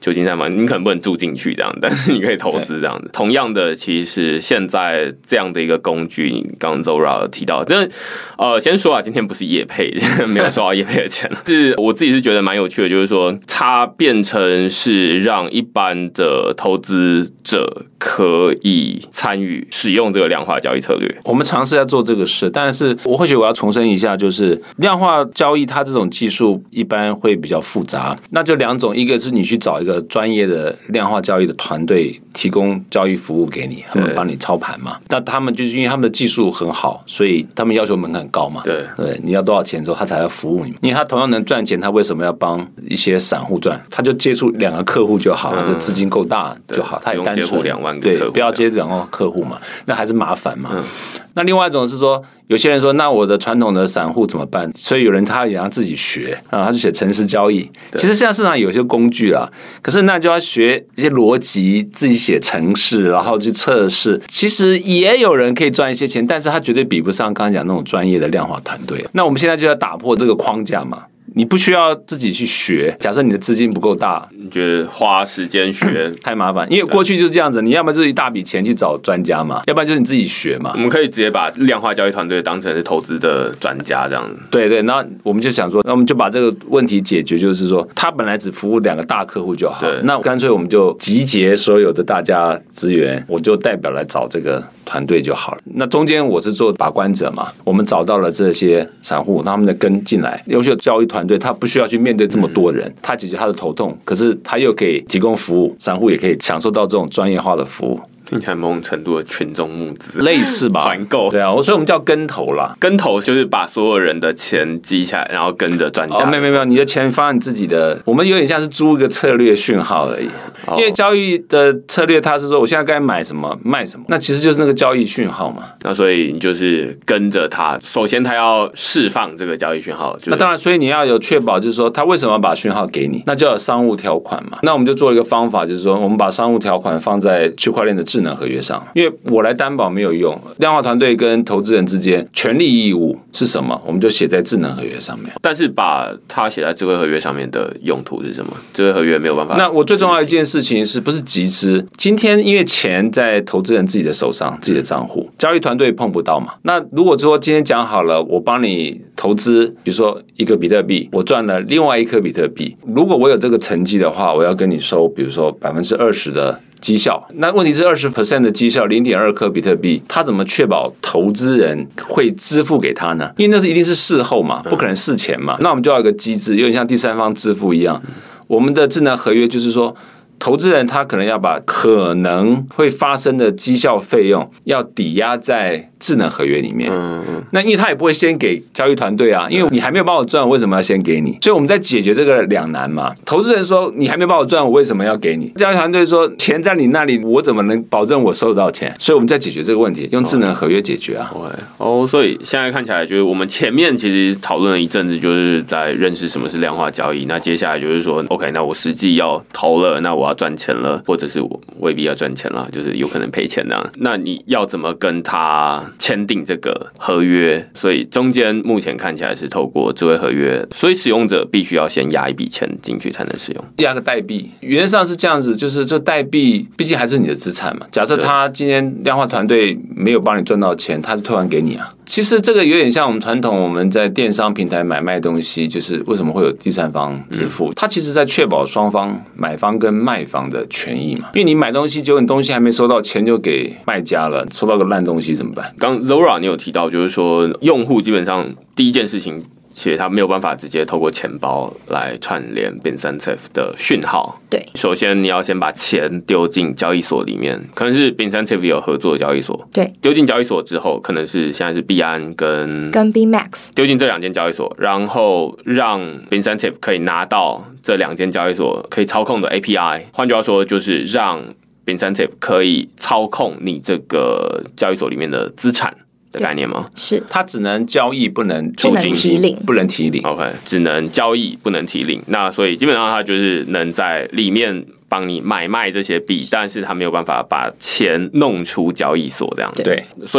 旧金山嘛，你可能不能住进去这样，但是你可以投资这样子。同样的，其实现在这样的一个工具，你刚刚 Zora 提到，真的呃，先说啊，今天不是业配，没有收到业配的钱，是我自己是觉得蛮有趣的，就是说它变成是让一般的投资者可以参与使用这个量化交易策略。
我们尝试要做这个事，但是我或许我要重申一下，就是量化交易它这种技术一般会比较复杂，那就两种，一个是你去找一个专业的量化交易的团队提供交易服务给你，他们帮你操盘嘛。那他们就是因为他们的技术很好，所以他们要求门槛很高嘛。
对
对，你要多少钱之后他才要服务你？因为他同样能赚钱，他为什么要帮一些散户赚？他就接触两个客户就好了，嗯、就资金够大就好，他也单纯
两万个客户，
对，不要接两万个客户嘛，那还是麻烦嘛。
嗯、
那另外一种是说，有些人说，那我的传统的散户怎么办？所以有人他也要自己学啊，他就学程式交易。其实现在市场有些工具啊，可是那就要学一些逻辑，自己写程式，然后去测试。其实也有人可以赚一些钱，但是他绝对比不上刚才讲那种专业的量化团队。那我们现在就要打破这个框架嘛。你不需要自己去学，假设你的资金不够大，
你觉得花时间学
太麻烦，因为过去就是这样子，你要么就是一大笔钱去找专家嘛，要不然就是你自己学嘛。
我们可以直接把量化交易团队当成是投资的专家这样子。
对对，那我们就想说，那我们就把这个问题解决，就是说他本来只服务两个大客户就好，那干脆我们就集结所有的大家资源，我就代表来找这个团队就好了。那中间我是做把关者嘛，我们找到了这些散户，他们再跟进来，优秀交易团队他不需要去面对这么多人，他解决他的头痛，可是他又可以提供服务，散户也可以享受到这种专业化的服务。
听起来某种程度的群众募资，
类似吧，
团购。
对啊，所以我们叫跟投啦。
跟投就是把所有人的钱积起来，然后跟着专家。
哦，没有没有，你的钱放在你自己的，我们有点像是租一个策略讯号而已。哦、因为交易的策略，它是说我现在该买什么卖什么，那其实就是那个交易讯号嘛。
那所以你就是跟着他，首先他要释放这个交易讯号。就是、
那当然，所以你要有确保，就是说他为什么要把讯号给你，那就要有商务条款嘛。那我们就做一个方法，就是说我们把商务条款放在区块链的智能合约上。因为我来担保没有用，量化团队跟投资人之间权利义务是什么，我们就写在智能合约上面。
但是把它写在智慧合约上面的用途是什么？智慧合约没有办法。
那我最重要的一件事情是不是集资？今天因为钱在投资人自己的手上，自己的账户，交易团队碰不到嘛。那如果说今天讲好了，我帮你投资，比如说一个比特币，我赚了另外一颗比特币，如果我有这个成绩的话，我要跟你收，比如说百分之二十的绩效。那问题是 百分之二十 的绩效 零点二 颗比特币，他怎么确保投资人会支付给他呢？因为那是一定是事后嘛，不可能事前嘛。那我们就要有一个机制，有点像第三方支付一样。我们的智能合约就是说，投资人他可能要把可能会发生的绩效费用要抵押在智能合约里面。嗯嗯。那因为他也不会先给交易团队啊，因为你还没有帮我赚，我为什么要先给你？所以我们在解决这个两难嘛。投资人说你还没帮我赚，我为什么要给你？交易团队说钱在你那里，我怎么能保证我收到钱？所以我们在解决这个问题，用智能合约解决啊。
哦，哦，所以现在看起来就是我们前面其实讨论了一阵子，就是在认识什么是量化交易。那接下来就是说 ，OK， 那我实际要投了，那我要赚钱了，或者是我未必要赚钱了，就是有可能赔钱的。那你要怎么跟他签订这个合约？所以中间目前看起来是透过智慧合约，所以使用者必须要先押一笔钱进去才能使用，
押个代币。原则上是这样子，就是这代币毕竟还是你的资产嘛。假设他今天量化团队没有帮你赚到钱，他是退还给你啊。其实这个有点像我们传统我们在电商平台买卖东西，就是为什么会有第三方支付？嗯、它其实在确保双方买方跟卖方的权益嘛。因为你买东西，结果你东西还没收到，钱就给卖家了，收到个烂东西怎么办？
刚 Zora 你有提到，就是说用户基本上第一件事情，其实他没有办法直接透过钱包来串联 Bincentive 的讯号。
对，
首先你要先把钱丢进交易所里面，可能是 Bincentive 有合作的交易所。
对，
丢进交易所之后，可能是现在是币安跟
跟 B Max
丢进这两间交易所，然后让 Bincentive 可以拿到这两间交易所可以操控的 A P I。换句话说，就是让 Bincentive 可以操控你这个交易所里面的资产的概念吗？
是，
它只能交易，不能
不能提领，
不能提领。
OK， 只能交易，不能提领。那所以基本上它就是能在里面帮你买卖这些币，但是它没有办法把钱弄出交易所这样。
对，
所以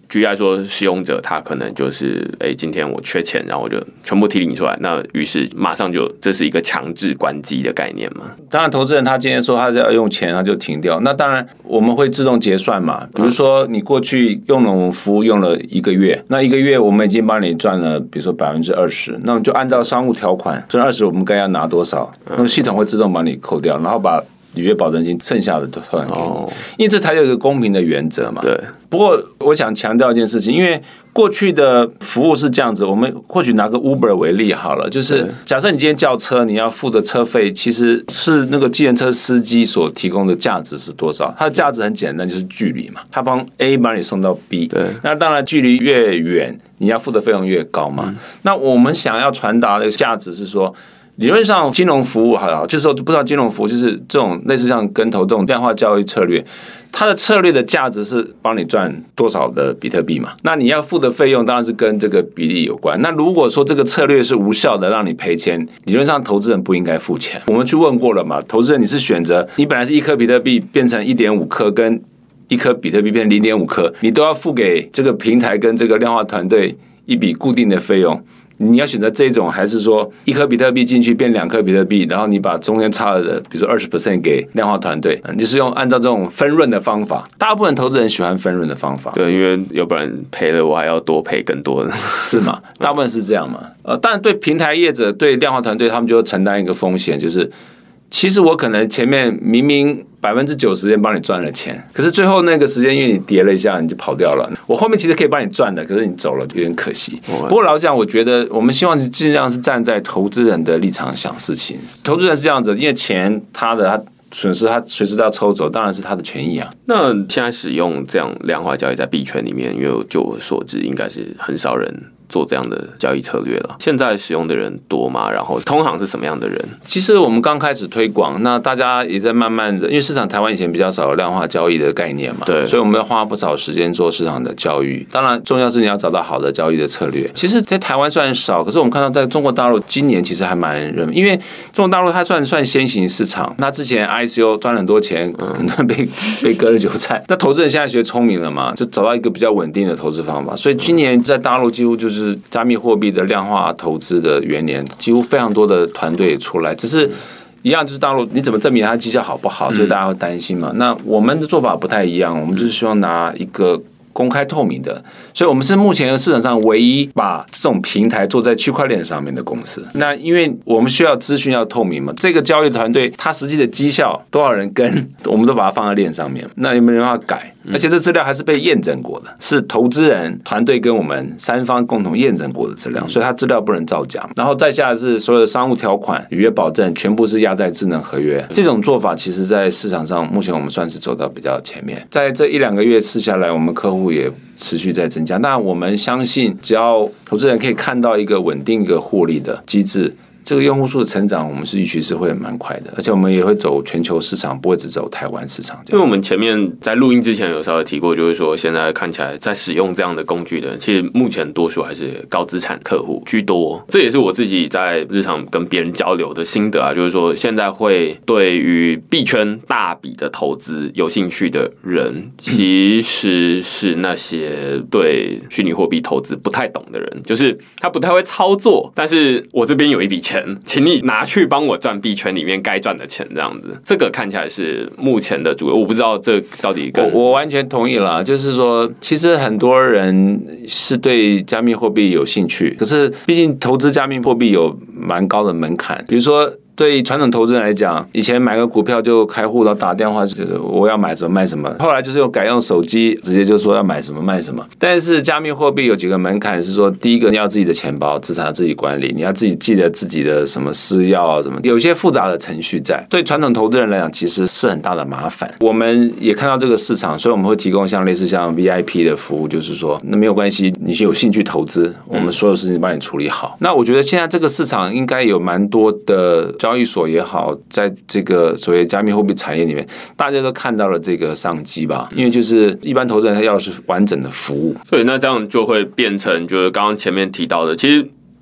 举例来说，使用者他可能就是哎、欸，今天我缺钱，然后我就全部提领出来，那于是马上就这是一个强制关机的概念嘛？
当然，投资人他今天说他要用钱，他就停掉。那当然我们会自动结算嘛。比如说你过去用了我们服务用了一个月，那一个月我们已经帮你赚了，比如说百分之二十，那我们就按照商务条款赚二十，我们该要拿多少？那么系统会自动帮你扣掉，然后把履约保证金剩下的都退还给你，哦、因为这才有一个公平的原则嘛。
对。
不过我想强调一件事情，因为过去的服务是这样子，我们或许拿个 Uber 为例好了，就是假设你今天叫车，你要付的车费其实是那个计程车司机所提供的价值是多少？它的价值很简单，就是距离嘛，他帮 A 把你送到 B， 对，那当然距离越远，你要付的费用越高嘛。嗯、那我们想要传达的价值是说，理论上金融服务好，就是说不知道金融服务就是这种类似像跟投这种量化交易策略，它的策略的价值是帮你赚多少的比特币嘛？那你要付的费用当然是跟这个比例有关。那如果说这个策略是无效的，让你赔钱，理论上投资人不应该付钱。我们去问过了嘛，投资人你是选择你本来是一颗比特币变成一点五颗，跟一颗比特币变成零点五颗，你都要付给这个平台跟这个量化团队一笔固定的费用。你要选择这种，还是说一颗比特币进去变两颗比特币，然后你把中间差的，比如说二十 percent 给量化团队，你就是用按照这种分润的方法。大部分投资人喜欢分润的方法，
对，因为要不然赔了我还要多赔更多的，
是嘛？大部分是这样嘛？呃，但对平台业者、对量化团队，他们就承担一个风险，就是其实我可能前面明明百分之九十间帮你赚了钱，可是最后那个时间因为你跌了一下你就跑掉了，我后面其实可以帮你赚的，可是你走了有点可惜。不过老实讲，我觉得我们希望尽量是站在投资人的立场想事情。投资人是这样子，因为钱他的他损失他随时都要抽走，当然是他的权益啊。
那现在使用这样量化交易在币圈里面，因为就我所知，应该是很少人做这样的交易策略了。现在使用的人多吗？然后通常是什么样的人？
其实我们刚开始推广，那大家也在慢慢的，因为市场台湾以前比较少有量化交易的概念嘛，对，所以我们要花不少时间做市场的教育。当然，重要是你要找到好的交易的策略。其实，在台湾虽然少，可是我们看到在中国大陆今年其实还蛮热门，因为中国大陆它算算先行市场，那之前 I C O 赚了很多钱，可能被被割了韭菜。那投资人现在学聪明了嘛，就找到一个比较稳定的投资方法，所以今年在大陆几乎就是就是加密货币的量化投资的元年，几乎非常多的团队也出来，只是一样就是大陆你怎么证明它绩效好不好，就大家会担心嘛。那我们的做法不太一样，我们就是希望拿一个公开透明的，所以我们是目前市场上唯一把这种平台做在区块链上面的公司。那因为我们需要资讯要透明嘛，这个交易团队它实际的绩效多少人跟，我们都把它放在链上面，那有没有人要改？而且这资料还是被验证过的，是投资人团队跟我们三方共同验证过的资料，所以它资料不能造假。然后再下来是所有的商务条款、履约保证全部是压在智能合约。这种做法其实在市场上目前我们算是走到比较前面。在这一两个月试下来，我们客户也持续在增加。那我们相信，只要投资人可以看到一个稳定一个获利的机制，这个用户数的成长，我们是预期是会蛮快的，而且我们也会走全球市场，不会只走台湾市场。
因为我们前面在录音之前有稍微提过，就是说现在看起来在使用这样的工具的人，其实目前多数还是高资产客户居多。这也是我自己在日常跟别人交流的心得啊，就是说现在会对于币圈大笔的投资有兴趣的人，其实是那些对虚拟货币投资不太懂的人，就是他不太会操作，但是我这边有一笔钱，请你拿去帮我赚币圈里面该赚的钱，这样子，这个看起来是目前的主流。我不知道这到底跟
我我完全同意了，就是说，其实很多人是对加密货币有兴趣，可是毕竟投资加密货币有蛮高的门槛，比如说。对传统投资人来讲，以前买个股票就开户，然后打电话就是我要买什么卖什么。后来就是用改用手机，直接就说要买什么卖什么。但是加密货币有几个门槛，是说第一个你要自己的钱包，资产要自己管理，你要自己记得自己的什么私钥啊什么，有一些复杂的程序在。对传统投资人来讲，其实是很大的麻烦。我们也看到这个市场，所以我们会提供像类似像 V I P 的服务，就是说那没有关系，你有兴趣投资，我们所有事情帮你处理好。那我觉得现在这个市场应该有蛮多的。交易所也好，在这个所谓加密货币产业里面，大家都看到了这个商机吧？因为就是一般投资人他要的是完整的服务，
所以那这样就会变成就是刚刚前面提到的，其实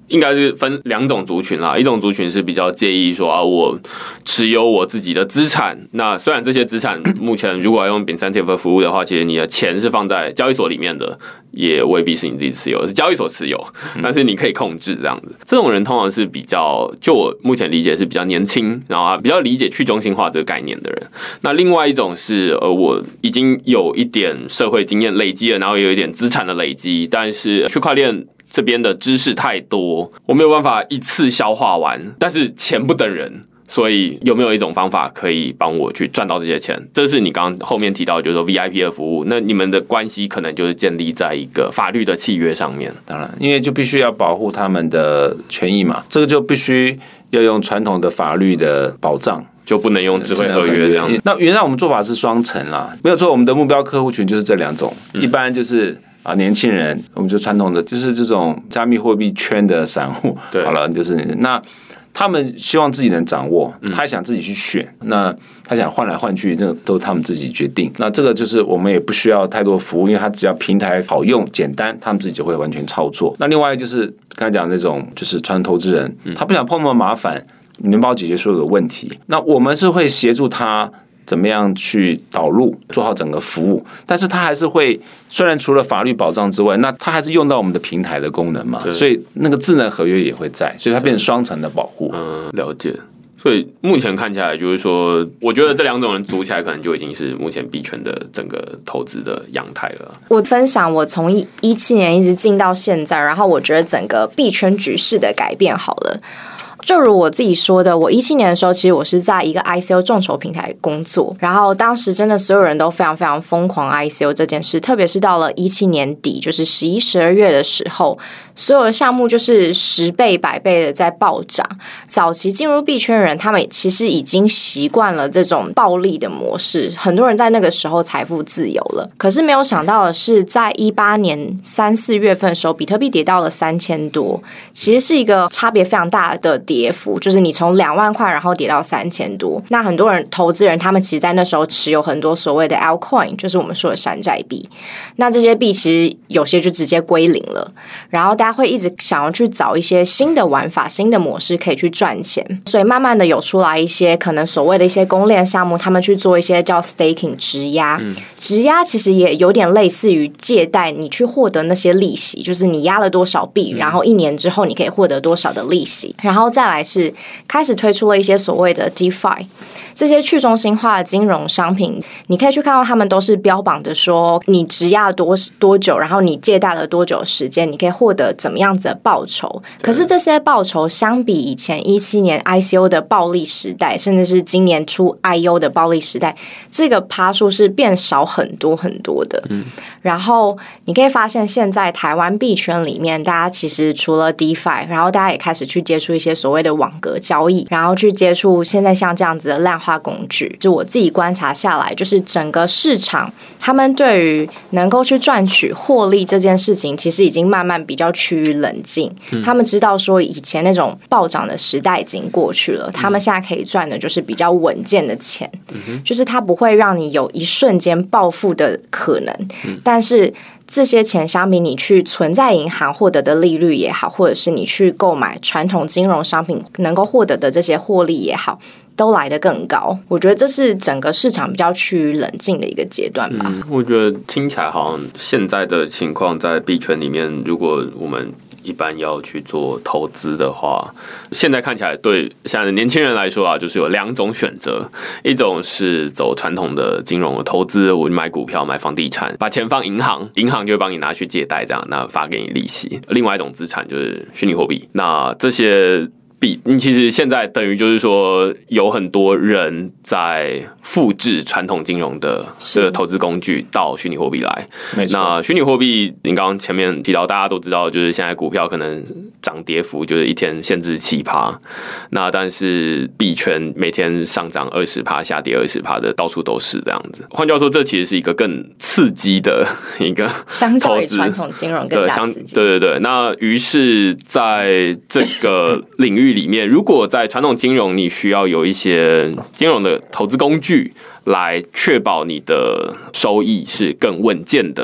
应该是分两种族群啦，一种族群是比较介意说啊，我持有我自己的资产。那虽然这些资产目前如果要用 B I N 三 T F 服务的话，其实你的钱是放在交易所里面的，也未必是你自己持有，是交易所持有，但是你可以控制这样子。这种人通常是比较，就我目前理解是比较年轻，然后比较理解去中心化这个概念的人。那另外一种是呃，我已经有一点社会经验累积了，然后有一点资产的累积，但是区块链这边的知识太多，我没有办法一次消化完，但是钱不等人，所以有没有一种方法可以帮我去赚到这些钱？这是你刚刚后面提到，就是说 V I P 的服务，那你们的关系可能就是建立在一个法律的契约上面。
当然，因为就必须要保护他们的权益嘛，这个就必须要用传统的法律的保障。
就不能用智慧合约这样。
那原来我们做法是双层啦，没有错，我们的目标客户群就是这两种，嗯、一般就是啊年轻人，我们就传统的就是这种加密货币圈的散户，好了，就是那他们希望自己能掌握，他想自己去选，嗯、那他想换来换去，这个都他们自己决定。那这个就是我们也不需要太多服务，因为他只要平台好用、简单，他们自己就会完全操作。那另外就是刚才讲的那种，就是传统投资人，他不想碰那么麻烦。你能帮我解决所有的问题？那我们是会协助他怎么样去导入，做好整个服务，但是他还是会，虽然除了法律保障之外，那他还是用到我们的平台的功能嘛，所以那个智能合约也会在，所以它变成双层的保护。
嗯，了解。所以目前看起来就是说，我觉得这两种人组起来，可能就已经是目前币圈的整个投资的样态了。
我分享我从一七年一直进到现在，然后我觉得整个币圈局势的改变好了。就如我自己说的，我一七年的时候，其实我是在一个 I C O 众筹平台工作，然后当时真的所有人都非常非常疯狂 I C O 这件事，特别是到了一七年底，就是十一、十二月的时候，所有的项目就是十倍、百倍的在暴涨。早期进入币圈的人，他们其实已经习惯了这种暴利的模式，很多人在那个时候财富自由了。可是没有想到的是，在一八年三四月份的时候，比特币跌到了三千多，其实是一个差别非常大的跌幅，就是你从两万块然后跌到三千多。那很多人投资人他们其实在那时候持有很多所谓的 altcoin， 就是我们说的山寨币。那这些币其实有些就直接归零了，然后大家会一直想要去找一些新的玩法、新的模式可以去赚钱，所以慢慢的有出来一些可能所谓的一些公链项目，他们去做一些叫 staking 质押。嗯、质押其实也有点类似于借贷，你去获得那些利息，就是你押了多少币，然后一年之后你可以获得多少的利息，然后再来是开始推出了一些所谓的 DeFi。这些去中心化的金融商品，你可以去看到他们都是标榜着说你质押了多多久，然后你借贷了多久的时间，你可以获得怎么样子的报酬。可是这些报酬相比以前一七年 I C O 的暴利时代，甚至是今年初 I O 的暴利时代，这个趴数是变少很多很多的。嗯，然后你可以发现现在台湾币圈里面，大家其实除了 DeFi， 然后大家也开始去接触一些所谓的网格交易，然后去接触现在像这样子的量化工具。就我自己观察下来，就是整个市场他们对于能够去赚取获利这件事情，其实已经慢慢比较趋于冷静。嗯、他们知道说以前那种暴涨的时代已经过去了，他们现在可以赚的就是比较稳健的钱，嗯、就是它不会让你有一瞬间暴富的可能，嗯、但是这些钱相比你去存在银行获得的利率也好，或者是你去购买传统金融商品能够获得的这些获利也好，都来得更高。我觉得这是整个市场比较趋于冷静的一个阶段吧。
嗯，我觉得听起来好像现在的情况在币圈里面，如果我们一般要去做投资的话，现在看起来对现在的年轻人来说啊，就是有两种选择，一种是走传统的金融的投资，我买股票、买房地产，把钱放银行，银行就会帮你拿去借贷，这样那发给你利息。另外一种资产就是虚拟货币，那这些币，你其实现在等于就是说，有很多人在复制传统金融的这个投资工具到虚拟货币来。那虚拟货币，你刚刚前面提到，大家都知道，就是现在股票可能涨跌幅就是一天限制七趴，那但是币圈每天上涨二十趴，下跌二十趴的到处都是这样子。换句话说，这其实是一个更刺激的一个
相较于传统金融更加刺激。
对对对，那于是在这个领域里面，如果在传统金融你需要有一些金融的投资工具来确保你的收益是更稳健的，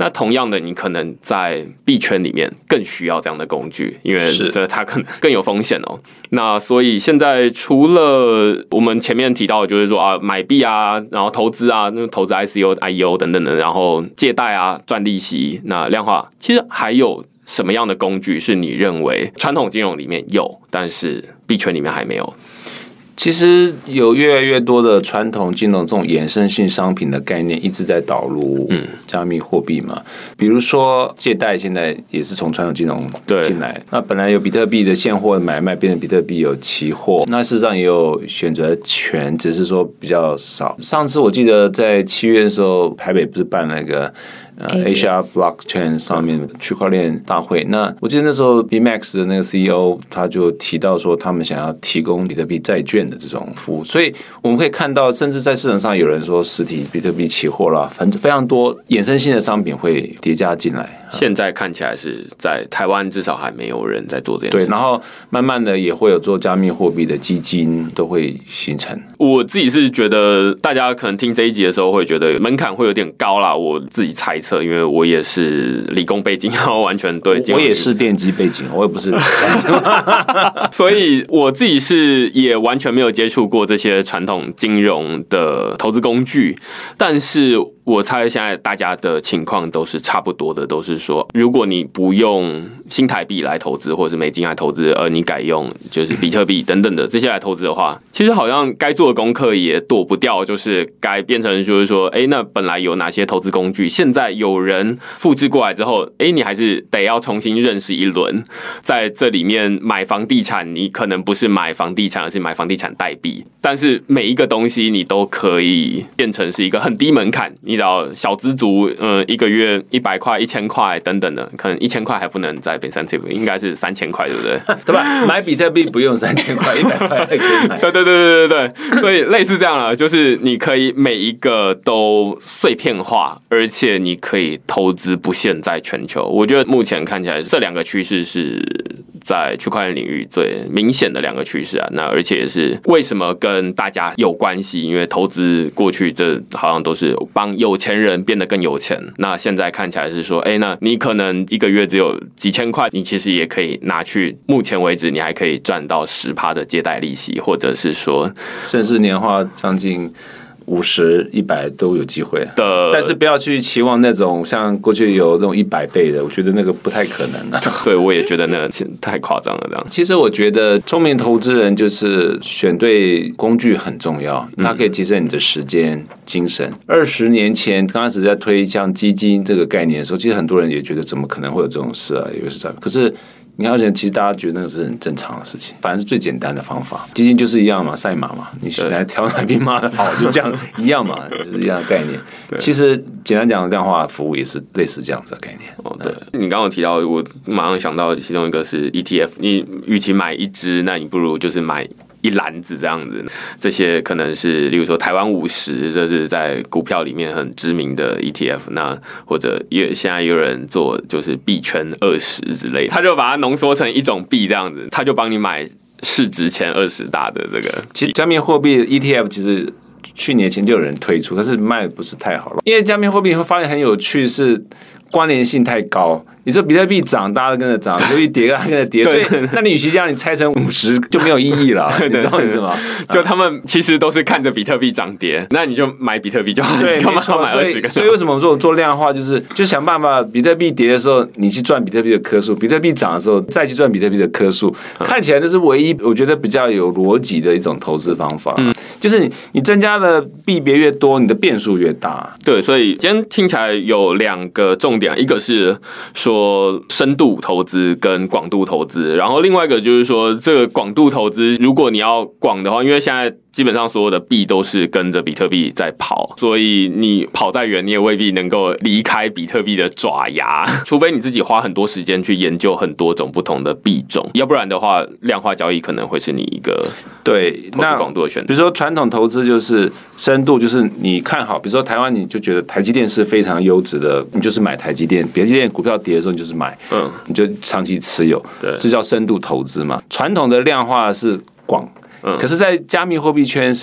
那同样的，你可能在币圈里面更需要这样的工具，因为这它可能更有风险哦。那所以现在除了我们前面提到的，就是说啊买币啊，然后投资啊，那投资 I C O、I E O 等等的，然后借贷啊赚利息，那量化其实还有什么样的工具是你认为传统金融里面有，但是币圈里面还没有？
其实有越来越多的传统金融这种衍生性商品的概念一直在导入加密货币嘛，比如说借贷现在也是从传统金融进来，那本来有比特币的现货买卖变成比特币有期货，那事实上也有选择权，只是说比较少。上次我记得在七月的时候，台北不是办了一个呃 Asia Blockchain 上面区块链大会，那我记得那时候 B M A X 的那个 C E O 他就提到说，他们想要提供比特币债券的这种服务，所以我们可以看到，甚至在市场上有人说实体比特币期货啦，反正非常多衍生性的商品会叠加进来。
现在看起来是在台湾至少还没有人在做这件事情，
对，然后慢慢的也会有做加密货币的基金都会形成。
我自己是觉得大家可能听这一集的时候会觉得门槛会有点高啦，我自己猜测，因为我也是理工背景，然后完全对金融，
我也是电机背景，我也不是
所以我自己是也完全没有接触过这些传统金融的投资工具，但是我猜现在大家的情况都是差不多的，都是说，如果你不用新台币来投资，或者是美金来投资，而你改用就是比特币等等的这些来投资的话，其实好像该做的功课也躲不掉，就是该变成就是说，哎，那本来有哪些投资工具，现在有人复制过来之后，哎，你还是得要重新认识一轮。在这里面买房地产，你可能不是买房地产，而是买房地产代币，但是每一个东西你都可以变成是一个很低门槛。你只要小资族，嗯，一个月一百块、一千块等等的，可能一千块还不能再变三千，应该是三千块，对不对？
对吧？买比特币不用三千块，一百块可以买。
对对对对对对，所以类似这样了，就是你可以每一个都碎片化，而且你可以投资不限在全球。我觉得目前看起来这两个趋势是在区块链领域最明显的两个趋势啊。那而且也是为什么跟大家有关系，因为投资过去这好像都是帮有钱人变得更有钱，那现在看起来是说，哎，那你可能一个月只有几千块，你其实也可以拿去，目前为止你还可以赚到 百分之十 的借贷利息，或者是说
甚至年化将近五十、一百都有机会的，但是不要去期望那种像过去有那种一百倍的，我觉得那个不太可能啊。
对，我也觉得那个太夸张了。这样，
其实我觉得聪明投资人就是选对工具很重要，它可以提升你的时间、精神。二十年前刚开始在推像基金这个概念的时候，其实很多人也觉得怎么可能会有这种事啊？以为是这样，可是。你要讲，其实大家觉得那个是很正常的事情，反正是最简单的方法。基金就是一样嘛，赛马嘛，你来挑哪匹马的好，就这样一样嘛，就是一样的概念。其实简单讲，量化服务也是类似这样子的概念。
哦，对，你刚刚提到，我马上想到其中一个是 E T F， 你与其买一支，那你不如就是买一篮子这样子，这些可能是，例如说台湾五十，这是在股票里面很知名的 E T F， 那或者也现在有人做就是币圈二十之类的，他就把它浓缩成一种币这样子，他就帮你买市值前二十大的这个。
其实加密货币 E T F 其实去年前就有人推出，可是卖的不是太好了，因为加密货币会发现很有趣是关联性太高。你说比特币涨，大家都跟着涨；比特币跌，大家跟着跌。所以，那你与其这样，你拆成五十就没有意义了。你知道意思吗？
就他们其实都是看着比特币涨跌，那你就买比特币就好。
对，
干嘛要买二十个？
所以为什么我说我做量化，就是就想办法，比特币跌的时候，你去赚比特币的颗数；比特币涨的时候，再去赚比特币的颗数。嗯、看起来那是唯一我觉得比较有逻辑的一种投资方法。嗯，就是你你增加的币别越多，你的变数越大。
对，所以今天听起来有两个重点，一个是说。说深度投资跟广度投资，然后另外一个就是说，这个广度投资，如果你要广的话，因为现在基本上所有的币都是跟着比特币在跑，所以你跑再远，你也未必能够离开比特币的爪牙，除非你自己花很多时间去研究很多种不同的币种，要不然的话，量化交易可能会是你一个
对
投资广度的选择。
比如说传统投资就是深度，就是你看好，比如说台湾，你就觉得台积电是非常优质的，你就是买台积电，台积电股票跌的时候你就是买，嗯，你就长期持有，对，这叫深度投资嘛。传统的量化是广。可是，在加密货币圈是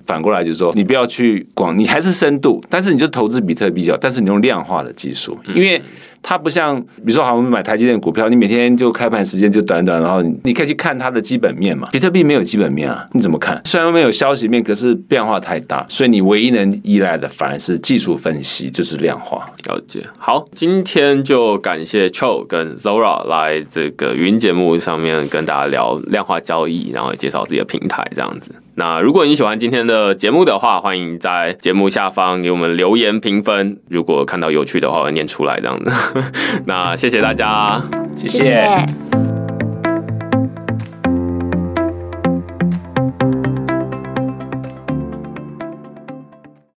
反过来就是说，你不要去广，你还是深度，但是你就投资比特币就好，但是你用量化的技术，因为它不像，比如说好，我们买台积电股票，你每天就开盘时间就短短，然后你可以去看它的基本面嘛。比特币没有基本面啊，你怎么看？虽然没有消息面，可是变化太大，所以你唯一能依赖的反而是技术分析，就是量化。
了解。好，今天就感谢 Cho 跟 Zora 来这个语音节目上面跟大家聊量化交易，然后也介绍自己的平台这样子。那如果你喜欢今天的节目的话，欢迎在节目下方给我们留言评分。如果看到有趣的话，我会念出来这样子。那谢谢大家，
谢谢。